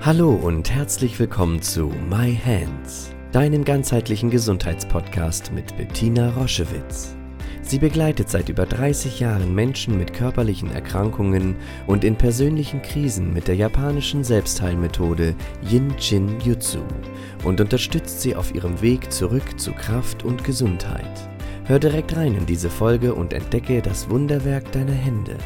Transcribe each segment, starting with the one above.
Hallo und herzlich willkommen zu My Hands, deinem ganzheitlichen Gesundheitspodcast mit Bettina Roschewitz. Sie begleitet seit über 30 Jahren Menschen mit körperlichen Erkrankungen und in persönlichen Krisen mit der japanischen Selbstheilmethode Yin-Shin Jutsu und unterstützt sie auf ihrem Weg zurück zu Kraft und Gesundheit. Hör direkt rein in diese Folge und entdecke das Wunderwerk deiner Hände.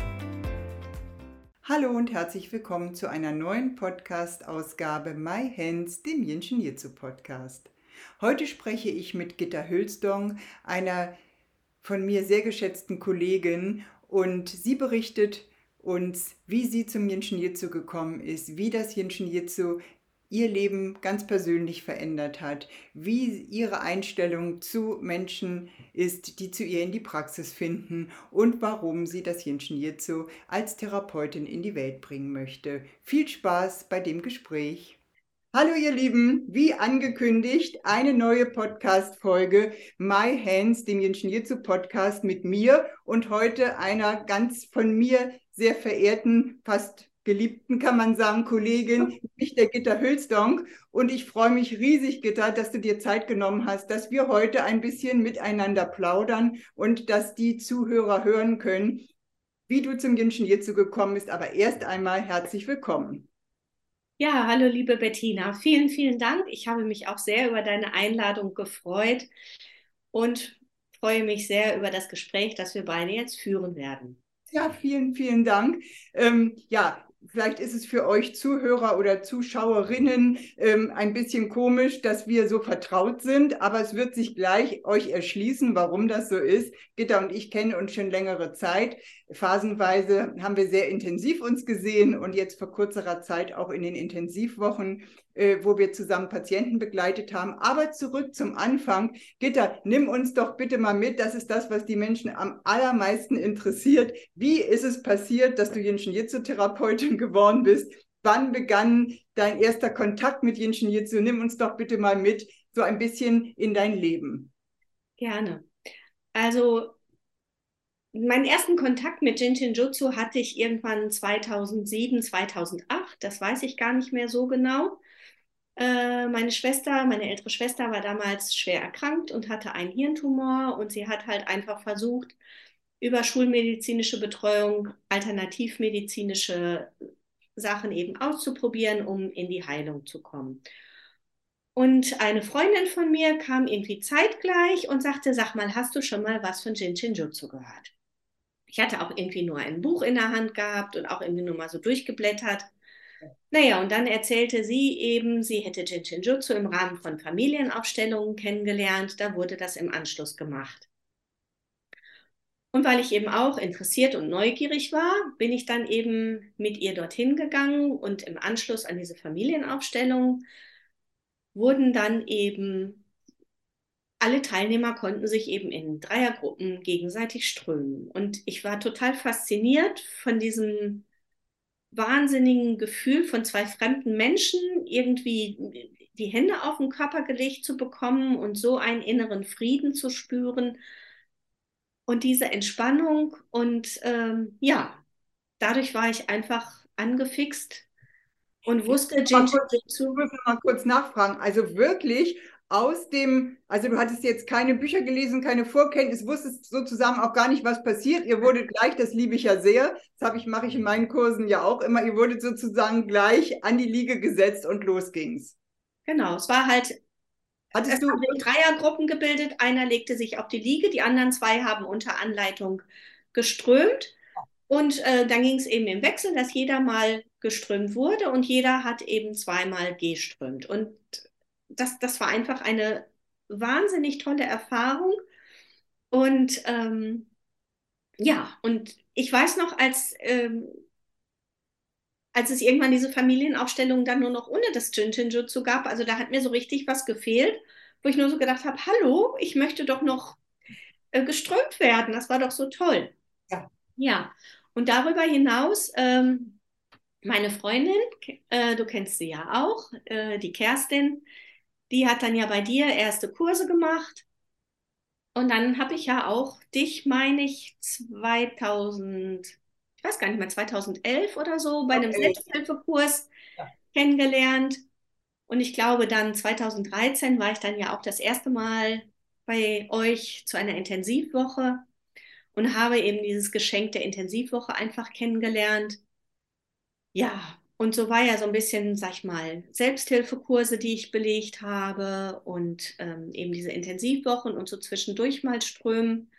Hallo und herzlich willkommen zu einer neuen Podcast-Ausgabe My Hands, dem Yin-Shin Jutsu Podcast. Heute spreche ich mit Gitta Hülsdong, einer von mir sehr geschätzten Kollegin, und sie berichtet uns, wie sie zum Yin-Shin Jutsu gekommen ist, wie das Yin-Shin Jutsu ihr Leben ganz persönlich verändert hat, wie ihre Einstellung zu Menschen ist, die zu ihr in die Praxis finden und warum sie das Yin-Shin Jutsu als Therapeutin in die Welt bringen möchte. Viel Spaß bei dem Gespräch. Hallo ihr Lieben, wie angekündigt, eine neue Podcast-Folge My Hands, dem Yin-Shin Jutsu Podcast mit mir und heute einer ganz von mir sehr verehrten, fast geliebten, kann man sagen, Kollegin, nämlich der Gitta Hülsdong. Und ich freue mich riesig, Gitta, dass du dir Zeit genommen hast, dass wir heute ein bisschen miteinander plaudern und dass die Zuhörer hören können, wie du zum Yin-Shin Jutsu gekommen bist. Aber erst einmal herzlich willkommen. Ja, hallo liebe Bettina, vielen, vielen Dank. Ich habe mich auch sehr über deine Einladung gefreut und freue mich sehr über das Gespräch, das wir beide jetzt führen werden. Ja, vielen, vielen Dank. Vielleicht ist es für euch Zuhörer oder Zuschauerinnen ein bisschen komisch, dass wir so vertraut sind, aber es wird sich gleich euch erschließen, warum das so ist. Gitta und ich kennen uns schon längere Zeit. Phasenweise haben wir sehr intensiv uns gesehen und jetzt vor kurzer Zeit auch in den Intensivwochen, wo wir zusammen Patienten begleitet haben. Aber zurück zum Anfang. Gitta, nimm uns doch bitte mal mit. Das ist das, was die Menschen am allermeisten interessiert. Wie ist es passiert, dass du Yin-Shin Jutsu-Therapeutin geworden bist? Wann begann dein erster Kontakt mit Yin-Shin Jutsu? Nimm uns doch bitte mal mit, so ein bisschen in dein Leben. Gerne. Also, meinen ersten Kontakt mit Yin-Shin Jutsu hatte ich irgendwann 2007, 2008. Das weiß ich gar nicht mehr so genau. Meine ältere Schwester war damals schwer erkrankt und hatte einen Hirntumor und sie hat halt einfach versucht, über schulmedizinische Betreuung alternativmedizinische Sachen eben auszuprobieren, um in die Heilung zu kommen. Und eine Freundin von mir kam irgendwie zeitgleich und sagte, sag mal, hast du schon mal was von Yin-Shin Jutsu gehört? Ich hatte auch irgendwie nur ein Buch in der Hand gehabt und auch irgendwie nur mal so durchgeblättert. Naja, und dann erzählte sie eben, sie hätte Yin-Shin Jutsu im Rahmen von Familienaufstellungen kennengelernt. Da wurde das im Anschluss gemacht. Und weil ich eben auch interessiert und neugierig war, bin ich dann eben mit ihr dorthin gegangen und im Anschluss an diese Familienaufstellung wurden dann eben alle Teilnehmer konnten sich eben in Dreiergruppen gegenseitig strömen. Und ich war total fasziniert von diesem wahnsinnigen Gefühl von zwei fremden Menschen, irgendwie die Hände auf den Körper gelegt zu bekommen und so einen inneren Frieden zu spüren und diese Entspannung. Und dadurch war ich einfach angefixt und wusste, Ich muss mal kurz nachfragen. Also wirklich also du hattest jetzt keine Bücher gelesen, keine Vorkenntnis, wusstest sozusagen auch gar nicht, was passiert. Ihr wurdet gleich, das liebe ich ja sehr, mache ich in meinen Kursen ja auch immer, ihr wurdet sozusagen gleich an die Liege gesetzt und los ging's. Genau, es war halt, es Hattest du, haben sich Dreiergruppen gebildet, einer legte sich auf die Liege, die anderen zwei haben unter Anleitung geströmt. Und dann ging es eben im Wechsel, dass jeder mal geströmt wurde und jeder hat eben zweimal geströmt. Und das war einfach eine wahnsinnig tolle Erfahrung. Und und ich weiß noch, als es irgendwann diese Familienaufstellung dann nur noch ohne das Yin-Shin-Jutsu gab, also da hat mir so richtig was gefehlt, wo ich nur so gedacht habe, hallo, ich möchte doch noch geströmt werden. Das war doch so toll. ja, Ja, und darüber hinaus, meine Freundin, du kennst sie ja auch, die Kerstin, die hat dann ja bei dir erste Kurse gemacht. Und dann habe ich ja auch dich, meine ich, ich weiß gar nicht mehr, 2011 oder so, bei einem okay. Selbsthilfekurs kennengelernt. Und ich glaube, dann 2013 war ich dann ja auch das erste Mal bei euch zu einer Intensivwoche und habe eben dieses Geschenk der Intensivwoche einfach kennengelernt. Ja, und so war ja so ein bisschen, sag ich mal, Selbsthilfekurse, die ich belegt habe und eben diese Intensivwochen und so zwischendurch mal Strömen.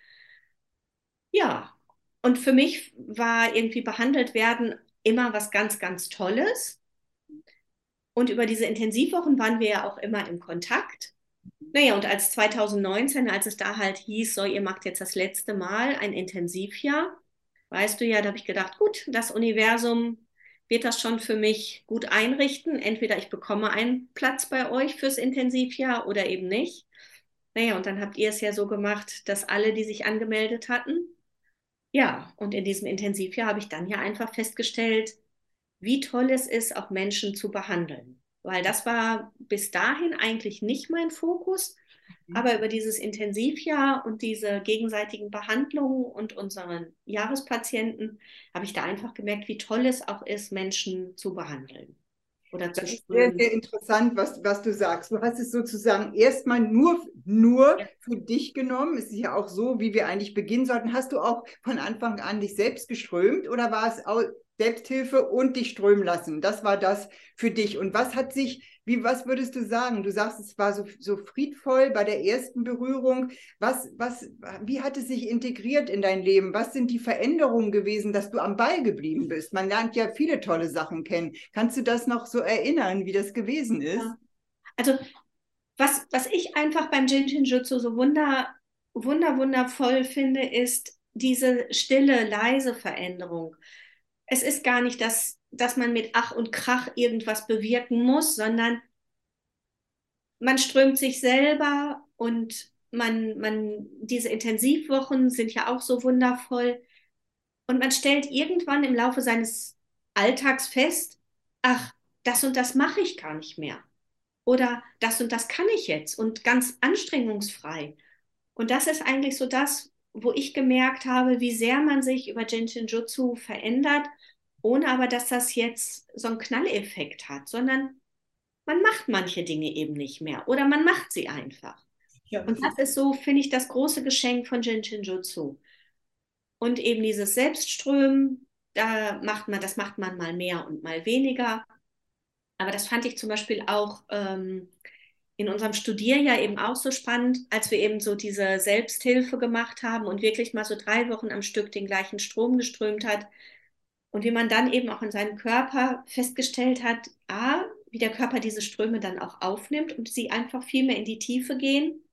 Ja, und für mich war irgendwie behandelt werden immer was ganz, ganz Tolles. Und über diese Intensivwochen waren wir ja auch immer im Kontakt. Naja, und als 2019, als es da halt hieß, so, ihr macht jetzt das letzte Mal ein Intensivjahr, weißt du ja, da habe ich gedacht, gut, das Universum wird das schon für mich gut einrichten. Entweder ich bekomme einen Platz bei euch fürs Intensivjahr oder eben nicht. Naja, und dann habt ihr es ja so gemacht, dass alle, die sich angemeldet hatten, ja, und in diesem Intensivjahr habe ich dann ja einfach festgestellt, wie toll es ist, auch Menschen zu behandeln. Weil das war bis dahin eigentlich nicht mein Fokus, aber über dieses Intensivjahr und diese gegenseitigen Behandlungen und unseren Jahrespatienten habe ich da einfach gemerkt, wie toll es auch ist, Menschen zu behandeln oder zu Das ist sehr, strömen. sehr interessant, was du sagst. Du hast es sozusagen erstmal nur Ja, für dich genommen. Es ist ja auch so, wie wir eigentlich beginnen sollten. Hast du auch von Anfang an dich selbst geströmt oder war es auch Selbsthilfe und dich strömen lassen? Das war das für dich. Und was würdest du sagen? Du sagst, es war so friedvoll bei der ersten Berührung. Wie hat es sich integriert in dein Leben? Was sind die Veränderungen gewesen, dass du am Ball geblieben bist? Man lernt ja viele tolle Sachen kennen. Kannst du das noch so erinnern, wie das gewesen ist? ja. Also was ich einfach beim Jin-Shin-Jutsu so wundervoll finde, ist diese stille, leise Veränderung. Es ist gar nicht, dass man mit Ach und Krach irgendwas bewirken muss, sondern man strömt sich selber und diese Intensivwochen sind ja auch so wundervoll. Und man stellt irgendwann im Laufe seines Alltags fest, ach, das und das mache ich gar nicht mehr. Oder das und das kann ich jetzt und ganz anstrengungsfrei. Und das ist eigentlich so das, wo ich gemerkt habe, wie sehr man sich über Jinshin Jutsu verändert, ohne aber, dass das jetzt so einen Knalleffekt hat, sondern man macht manche Dinge eben nicht mehr oder man macht sie einfach. Ja, Und das ist so, finde ich, das große Geschenk von Jinshin Jutsu. Und eben dieses Selbstströmen, das macht man mal mehr und mal weniger. Aber das fand ich zum Beispiel auch in unserem Studierjahr eben auch so spannend, als wir eben so diese Selbsthilfe gemacht haben und wirklich mal so 3 Wochen am Stück den gleichen Strom geströmt hat. Und wie man dann eben auch in seinem Körper festgestellt hat, wie der Körper diese Ströme dann auch aufnimmt und sie einfach viel mehr in die Tiefe gehen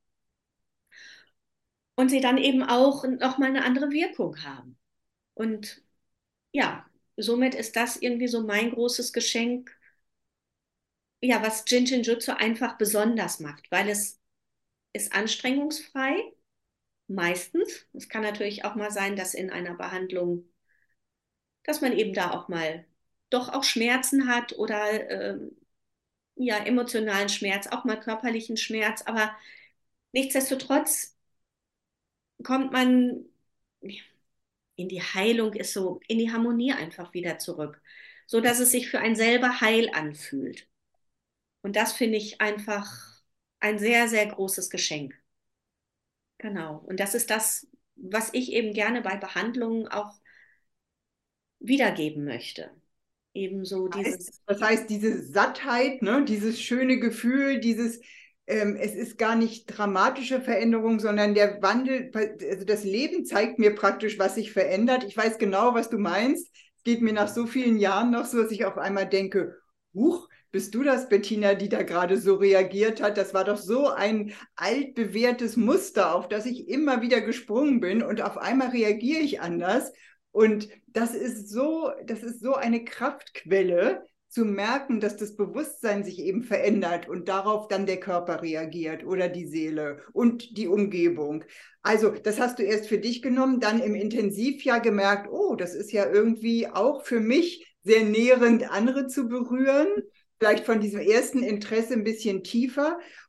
und sie dann eben auch nochmal eine andere Wirkung haben. Und ja, somit ist das irgendwie so mein großes Geschenk, ja, was Jinshin Jutsu einfach besonders macht, weil es ist anstrengungsfrei, meistens. Es kann natürlich auch mal sein, dass in einer Behandlung, dass man eben da auch mal doch auch Schmerzen hat oder ja, emotionalen Schmerz, auch mal körperlichen Schmerz, aber nichtsdestotrotz kommt man in die Heilung, ist so, in die Harmonie einfach wieder zurück, so dass es sich für einen selber heil anfühlt. Und das finde ich einfach ein sehr, sehr großes Geschenk. Genau. Und das ist das, was ich eben gerne bei Behandlungen auch wiedergeben möchte. Ebenso dieses, Das heißt, diese Sattheit, ne, dieses schöne Gefühl, es ist gar nicht dramatische Veränderung, sondern der Wandel, also das Leben zeigt mir praktisch, was sich verändert. Ich weiß genau, was du meinst. Es geht mir nach so vielen Jahren noch so, dass ich auf einmal denke, huch, bist du das, Bettina, die da gerade so reagiert hat? Das war doch so ein altbewährtes Muster, auf das ich immer wieder gesprungen bin und auf einmal reagiere ich anders. Und das ist so eine Kraftquelle, zu merken, dass das Bewusstsein sich eben verändert und darauf dann der Körper reagiert oder die Seele und die Umgebung. Also, das hast du erst für dich genommen, dann im Intensivjahr gemerkt, oh, das ist ja irgendwie auch für mich sehr nährend, andere zu berühren, vielleicht von diesem ersten Interesse ein bisschen tiefer.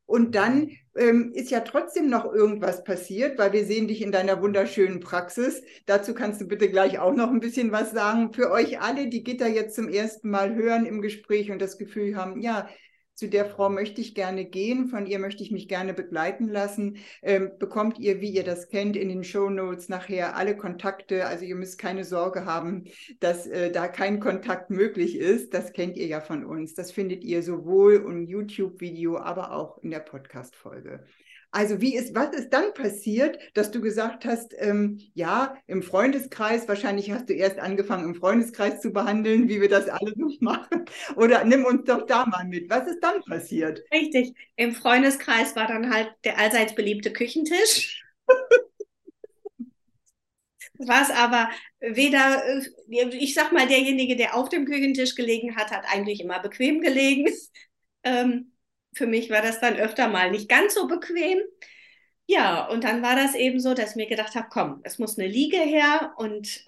Und dann ist ja trotzdem noch irgendwas passiert, weil wir sehen dich in deiner wunderschönen Praxis. Dazu kannst du bitte gleich auch noch ein bisschen was sagen. Für euch alle, die Gitta jetzt zum ersten Mal hören im Gespräch und das Gefühl haben, ja, zu der Frau möchte ich gerne gehen, von ihr möchte ich mich gerne begleiten lassen, bekommt ihr, wie ihr das kennt, in den Shownotes nachher alle Kontakte. Also ihr müsst keine Sorge haben, dass da kein Kontakt möglich ist. Das kennt ihr ja von uns. Das findet ihr sowohl im YouTube-Video, aber auch in der Podcast-Folge. Also was ist dann passiert, dass du gesagt hast, ja, im Freundeskreis, wahrscheinlich hast du erst angefangen, im Freundeskreis zu behandeln, wie wir das alle so machen. Oder nimm uns doch da mal mit. Was ist dann passiert? Richtig. Im Freundeskreis war dann halt der allseits beliebte Küchentisch. War es aber weder, ich sag mal, derjenige, der auf dem Küchentisch gelegen hat, hat eigentlich immer bequem gelegen. Für mich war das dann öfter mal nicht ganz so bequem. Ja, und dann war das eben so, dass ich mir gedacht habe, komm, es muss eine Liege her. Und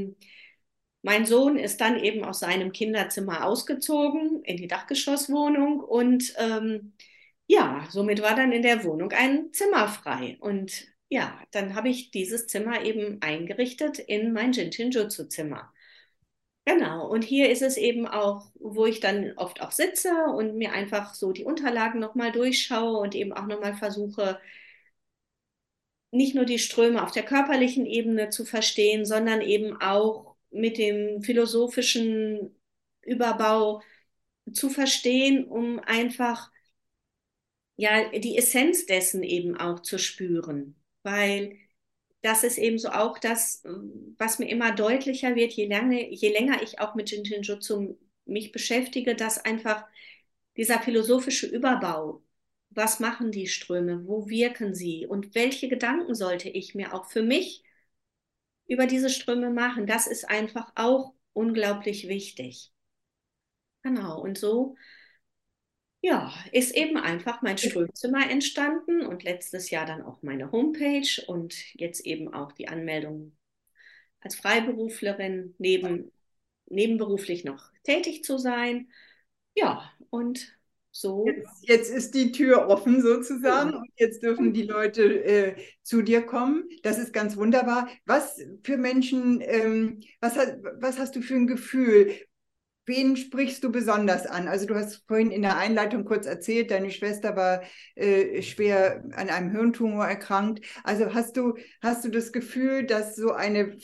mein Sohn ist dann eben aus seinem Kinderzimmer ausgezogen in die Dachgeschosswohnung. Und ja, somit war dann in der Wohnung ein Zimmer frei. Und ja, dann habe ich dieses Zimmer eben eingerichtet in mein Jin-Shin-Jutsu-Zimmer. Genau, und hier ist es eben auch, wo ich dann oft auch sitze und mir einfach so die Unterlagen nochmal durchschaue und eben auch nochmal versuche, nicht nur die Ströme auf der körperlichen Ebene zu verstehen, sondern eben auch mit dem philosophischen Überbau zu verstehen, um einfach ja die Essenz dessen eben auch zu spüren. Weil das ist eben so auch das, was mir immer deutlicher wird, je länger ich auch mit Shinjutsu mich beschäftige, dass einfach dieser philosophische Überbau, was machen die Ströme, wo wirken sie und welche Gedanken sollte ich mir auch für mich über diese Ströme machen, das ist einfach auch unglaublich wichtig. Genau, und so ja, ist eben einfach mein Strömzimmer entstanden und letztes Jahr dann auch meine Homepage und jetzt eben auch die Anmeldung als Freiberuflerin nebenberuflich noch tätig zu sein. Ja, und so. Jetzt ist die Tür offen sozusagen Ja. und jetzt dürfen die Leute zu dir kommen. Das ist ganz wunderbar. Was für Menschen, was hast du für ein Gefühl? Wen sprichst du besonders an? Also du hast vorhin in der Einleitung kurz erzählt, deine Schwester war schwer an einem Hirntumor erkrankt. Also hast du das Gefühl, dass so ein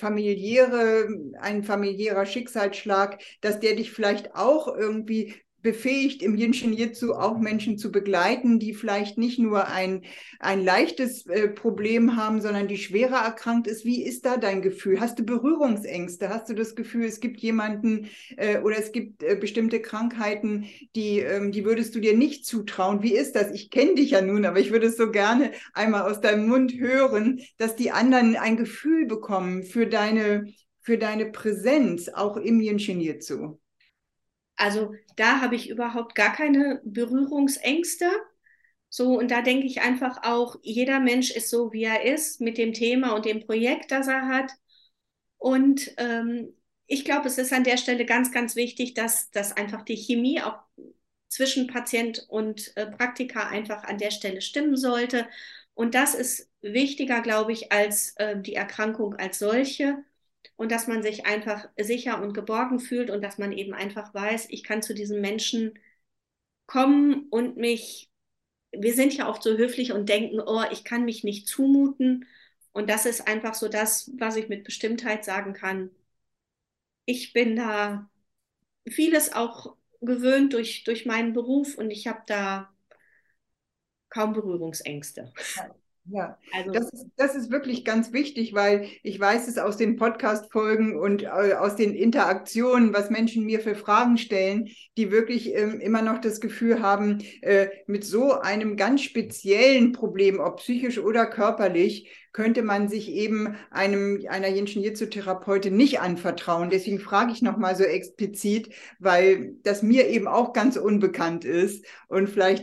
familiärer Schicksalsschlag, dass der dich vielleicht auch irgendwie befähigt, im Yin-Shin Jitsu auch Menschen zu begleiten, die vielleicht nicht nur ein leichtes Problem haben, sondern die schwerer erkrankt ist. Wie ist da dein Gefühl? Hast du Berührungsängste? Hast du das Gefühl, es gibt jemanden oder es gibt bestimmte Krankheiten, die würdest du dir nicht zutrauen? Wie ist das? Ich kenne dich ja nun, aber ich würde es so gerne einmal aus deinem Mund hören, dass die anderen ein Gefühl bekommen für deine Präsenz, auch im Yin-Shin Jitsu. Also da habe ich überhaupt gar keine Berührungsängste. So, und da denke ich einfach auch, jeder Mensch ist so, wie er ist, mit dem Thema und dem Projekt, das er hat. Und ich glaube, es ist an der Stelle ganz, ganz wichtig, dass einfach die Chemie auch zwischen Patient und Praktiker einfach an der Stelle stimmen sollte. Und das ist wichtiger, glaube ich, als die Erkrankung als solche. Und dass man sich einfach sicher und geborgen fühlt und dass man eben einfach weiß, ich kann zu diesem Menschen kommen und wir sind ja oft so höflich und denken, oh, ich kann mich nicht zumuten. Und das ist einfach so das, was ich mit Bestimmtheit sagen kann. Ich bin da vieles auch gewöhnt durch meinen Beruf und ich habe da kaum Berührungsängste. Ja, Also das ist wirklich ganz wichtig, weil ich weiß es aus den Podcast-Folgen und aus den Interaktionen, was Menschen mir für Fragen stellen, die wirklich immer noch das Gefühl haben, mit so einem ganz speziellen Problem, ob psychisch oder körperlich, könnte man sich eben einer Yin-Shin-Jitsu-Therapeutin nicht anvertrauen. Deswegen frage ich nochmal so explizit, weil das mir eben auch ganz unbekannt ist und vielleicht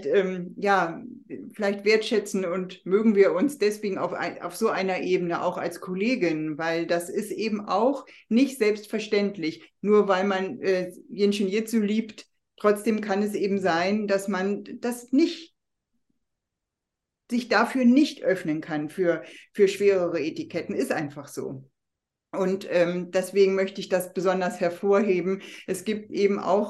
wertschätzen und mögen wir uns deswegen auf so einer Ebene auch als Kollegin, weil das ist eben auch nicht selbstverständlich. Nur weil man Yin-Shin Jitsu liebt, trotzdem kann es eben sein, dass man das nicht sich dafür nicht öffnen kann, für schwerere Etiketten. Ist einfach so. Und deswegen möchte ich das besonders hervorheben. Es gibt eben auch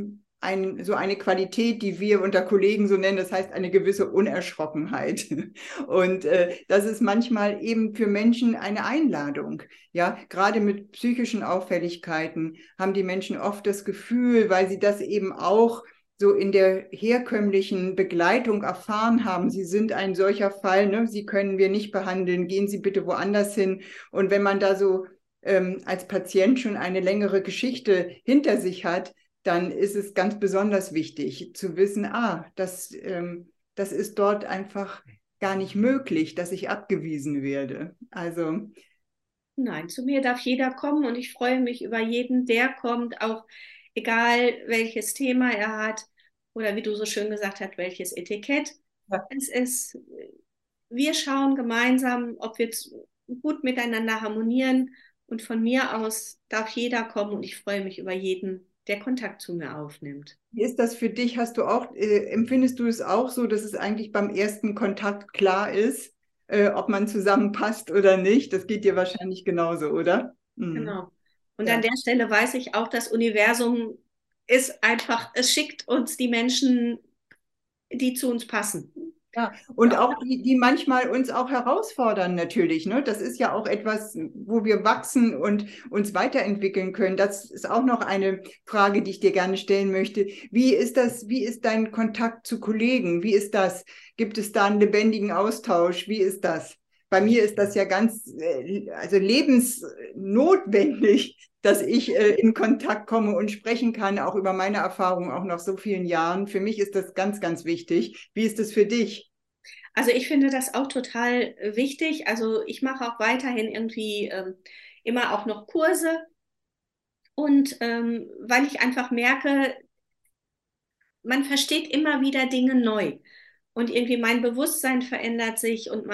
so eine Qualität, die wir unter Kollegen so nennen, das heißt eine gewisse Unerschrockenheit. Und das ist manchmal eben für Menschen eine Einladung. Ja, gerade mit psychischen Auffälligkeiten haben die Menschen oft das Gefühl, weil sie das eben auch so in der herkömmlichen Begleitung erfahren haben, Sie sind ein solcher Fall, ne? Sie können wir nicht behandeln, gehen Sie bitte woanders hin. Und wenn man da so als Patient schon eine längere Geschichte hinter sich hat, dann ist es ganz besonders wichtig zu wissen, das ist dort einfach gar nicht möglich, dass ich abgewiesen werde. Also Nein, zu mir darf jeder kommen und ich freue mich über jeden, der kommt, auch egal welches Thema er hat oder wie du so schön gesagt hast, welches Etikett. ja. Es ist, wir schauen gemeinsam, ob wir gut miteinander harmonieren und von mir aus darf jeder kommen und ich freue mich über jeden, der Kontakt zu mir aufnimmt. Wie ist das für dich? Empfindest du es auch so, dass es eigentlich beim ersten Kontakt klar ist, ob man zusammenpasst oder nicht? Das geht dir wahrscheinlich genauso, oder? Mhm. Genau. Und Ja. an der Stelle weiß ich auch, das Universum ist einfach, es schickt uns die Menschen, die zu uns passen. Ja, und auch die manchmal uns auch herausfordern natürlich, ne? Das ist ja auch etwas, wo wir wachsen und uns weiterentwickeln können. Das ist auch noch eine Frage, die ich dir gerne stellen möchte. Wie ist das, wie ist dein Kontakt zu Kollegen? Wie ist das? Gibt es da einen lebendigen Austausch? Wie ist das? Bei mir ist das ja ganz, also lebensnotwendig, dass ich in Kontakt komme und sprechen kann, auch über meine Erfahrungen, auch nach so vielen Jahren. Für mich ist das ganz, ganz wichtig. Wie ist das für dich? Also ich finde das auch total wichtig. Also ich mache auch weiterhin irgendwie immer auch noch Kurse und weil ich einfach merke, man versteht immer wieder Dinge neu und irgendwie mein Bewusstsein verändert sich und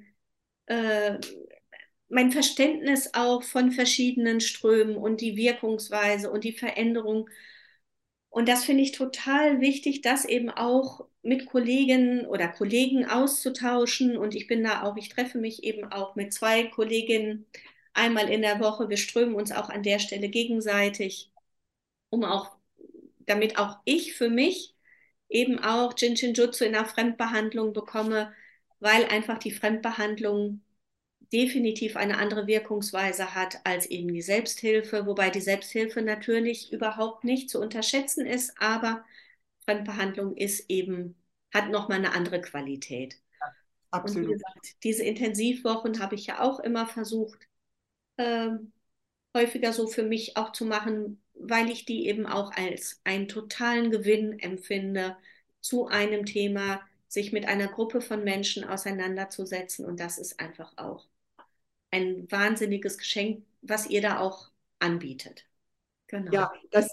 äh, mein Verständnis auch von verschiedenen Strömen und die Wirkungsweise und die Veränderung. Und das finde ich total wichtig, das eben auch mit Kolleginnen oder Kollegen auszutauschen. Und ich bin da auch, ich treffe mich eben auch mit 2 Kolleginnen einmal in der Woche. Wir strömen uns auch an der Stelle gegenseitig, um auch, damit auch ich für mich eben auch Jin-Shin-Jutsu in der Fremdbehandlung bekomme, weil einfach die Fremdbehandlung definitiv eine andere Wirkungsweise hat als eben die Selbsthilfe, wobei die Selbsthilfe natürlich überhaupt nicht zu unterschätzen ist, aber Fremdbehandlung ist eben, hat nochmal eine andere Qualität. Und wie Absolut. gesagt, diese Intensivwochen habe ich ja auch immer versucht, ähm, häufiger so für mich auch zu machen, weil ich die eben auch als einen totalen Gewinn empfinde, zu einem Thema sich mit einer Gruppe von Menschen auseinanderzusetzen. Und das ist einfach auch ein wahnsinniges Geschenk, was ihr da auch anbietet. Genau. Ja,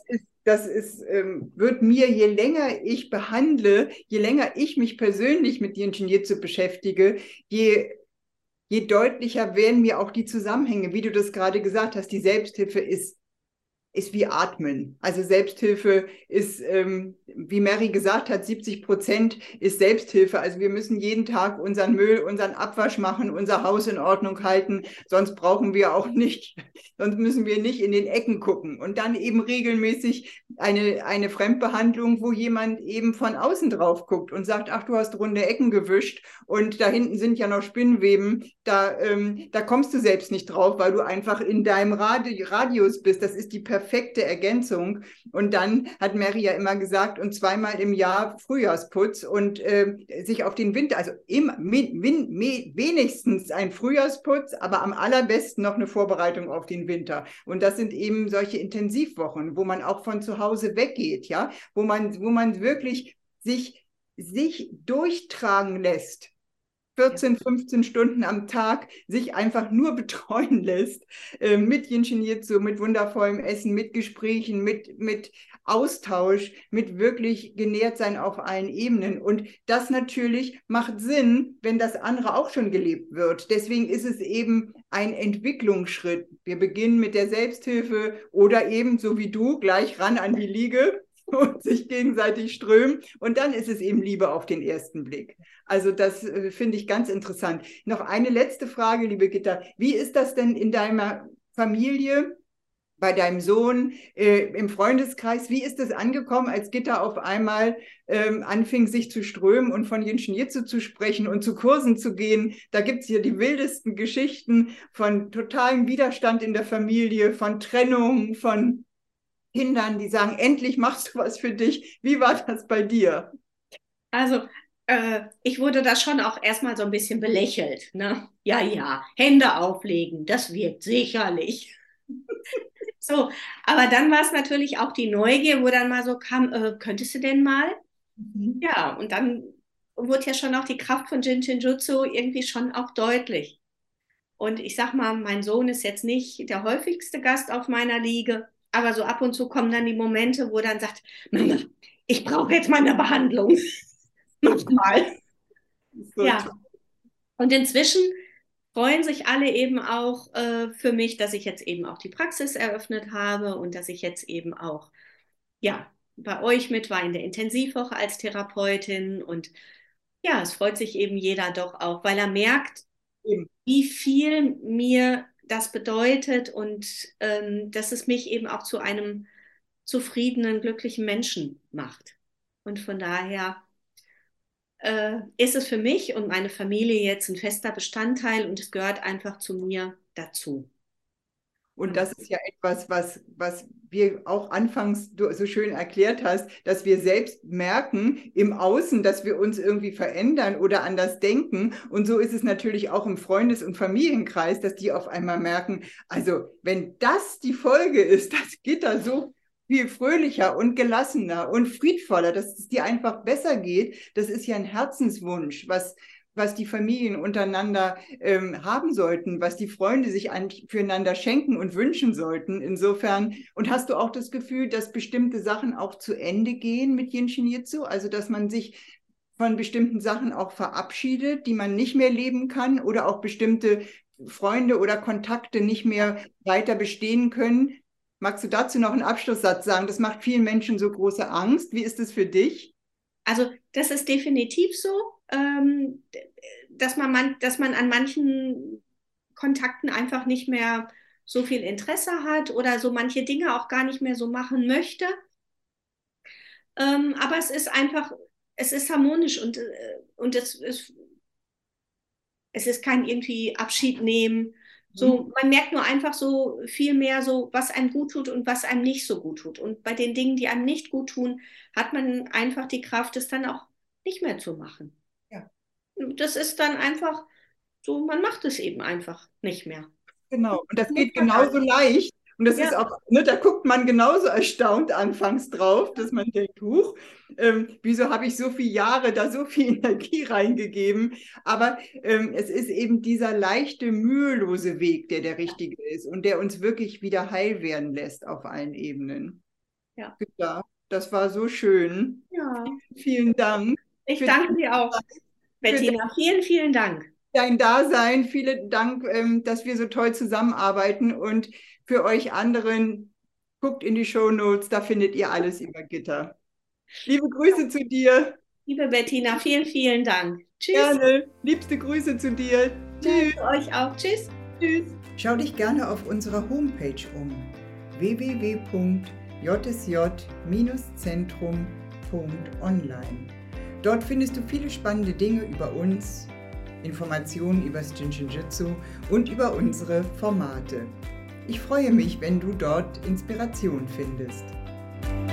wird mir, je länger ich behandle, je länger ich mich persönlich mit Jinshin Jitsu beschäftige, je deutlicher werden mir auch die Zusammenhänge, wie du das gerade gesagt hast. Die Selbsthilfe ist wie Atmen. Also Selbsthilfe ist, wie Mary gesagt hat, 70% ist Selbsthilfe. Also wir müssen jeden Tag unseren Müll, unseren Abwasch machen, unser Haus in Ordnung halten. Sonst sonst müssen wir nicht in den Ecken gucken. Und dann eben regelmäßig eine Fremdbehandlung, wo jemand eben von außen drauf guckt und sagt, ach, du hast runde Ecken gewischt und da hinten sind ja noch Spinnweben. Da kommst du selbst nicht drauf, weil du einfach in deinem Radius bist. Das ist die perfekte Ergänzung. Und dann hat Mary ja immer gesagt, und 2-mal im Jahr Frühjahrsputz und sich auf den Winter, also wenigstens ein Frühjahrsputz, aber am allerbesten noch eine Vorbereitung auf den Winter. Und das sind eben solche Intensivwochen, wo man auch von zu Hause weggeht, ja, wo man wirklich sich durchtragen lässt. 14, 15 Stunden am Tag sich einfach nur betreuen lässt, mit Jinshin Jitsu, mit wundervollem Essen, mit Gesprächen, mit Austausch, mit wirklich genährt sein auf allen Ebenen. Und das natürlich macht Sinn, wenn das andere auch schon gelebt wird. Deswegen ist es eben ein Entwicklungsschritt. Wir beginnen mit der Selbsthilfe oder eben, so wie du, gleich ran an die Liege. und sich gegenseitig strömen. Und dann ist es eben Liebe auf den ersten Blick. Also das finde ich ganz interessant. Noch eine letzte Frage, liebe Gitta. Wie ist das denn in deiner Familie, bei deinem Sohn, im Freundeskreis? Wie ist es angekommen, als Gitta auf einmal anfing, sich zu strömen und von Jinshin Jitsu zu sprechen und zu Kursen zu gehen? Da gibt es hier die wildesten Geschichten von totalem Widerstand in der Familie, von Trennung, von Kindern, die sagen, endlich machst du was für dich. Wie war das bei dir? Also, ich wurde da schon auch erstmal so ein bisschen belächelt. Ne? Ja, Hände auflegen, das wirkt sicherlich. So, aber dann war es natürlich auch die Neugier, wo dann mal so kam, könntest du denn mal? Ja, und dann wurde ja schon auch die Kraft von Jinshin Jutsu irgendwie schon auch deutlich. Und ich sag mal, mein Sohn ist jetzt nicht der häufigste Gast auf meiner Liege, aber so ab und zu kommen dann die Momente, wo er dann sagt, Mama, ich brauche jetzt mal eine Behandlung. Mach mal. So Ja, und inzwischen freuen sich alle eben auch für mich, dass ich jetzt eben auch die Praxis eröffnet habe und dass ich jetzt eben auch, ja, bei euch mit war in der Intensivwoche als Therapeutin. Und ja, es freut sich eben jeder doch auch, weil er merkt, toll. wie viel mir das bedeutet und dass es mich eben auch zu einem zufriedenen, glücklichen Menschen macht. Und von daher ist es für mich und meine Familie jetzt ein fester Bestandteil und es gehört einfach zu mir dazu. Und das ist ja etwas, was wir auch anfangs du so schön erklärt hast, dass wir selbst merken im Außen, dass wir uns irgendwie verändern oder anders denken. Und so ist es natürlich auch im Freundes- und Familienkreis, dass die auf einmal merken, also wenn das die Folge ist, dass Gitta so viel fröhlicher und gelassener und friedvoller, dass es dir einfach besser geht, das ist ja ein Herzenswunsch, was die Familien untereinander haben sollten, was die Freunde sich füreinander schenken und wünschen sollten. Insofern, und hast du auch das Gefühl, dass bestimmte Sachen auch zu Ende gehen mit Jinshin Jitsu? Also, dass man sich von bestimmten Sachen auch verabschiedet, die man nicht mehr leben kann oder auch bestimmte Freunde oder Kontakte nicht mehr weiter bestehen können? Magst du dazu noch einen Abschlusssatz sagen? Das macht vielen Menschen so große Angst. Wie ist es für dich? Also das ist definitiv so, dass man an manchen Kontakten einfach nicht mehr so viel Interesse hat oder so manche Dinge auch gar nicht mehr so machen möchte. Aber es ist einfach, es ist harmonisch und es ist kein irgendwie Abschied nehmen. So, man merkt nur einfach so viel mehr so, was einem gut tut und was einem nicht so gut tut. Und bei den Dingen, die einem nicht gut tun, hat man einfach die Kraft, es dann auch nicht mehr zu machen. Ja. Das ist dann einfach so, man macht es eben einfach nicht mehr. Genau, und das geht genauso leicht. Und das Ja. ist auch, ne, da guckt man genauso erstaunt anfangs drauf, dass man denkt, huch, wieso habe ich so viele Jahre da so viel Energie reingegeben? Aber es ist eben dieser leichte, mühelose Weg, der richtige ist und der uns wirklich wieder heil werden lässt auf allen Ebenen. Ja. Ja, das war so schön. Ja. Vielen Dank. Ich danke dir auch, Bettina. Vielen, vielen Dank. Dein Dasein. Vielen Dank, dass wir so toll zusammenarbeiten. Und für euch anderen, guckt in die Shownotes, da findet ihr alles über Gitta. Liebe Grüße zu dir. Liebe Bettina, vielen, vielen Dank. Tschüss. Gerne. Liebste Grüße zu dir. Tschüss. Danke euch auch. Tschüss. Tschüss. Schau dich gerne auf unserer Homepage um. www.jsj-zentrum.online. Dort findest du viele spannende Dinge über uns, Informationen über das Jinshin Jitsu und über unsere Formate. Ich freue mich, wenn du dort Inspiration findest.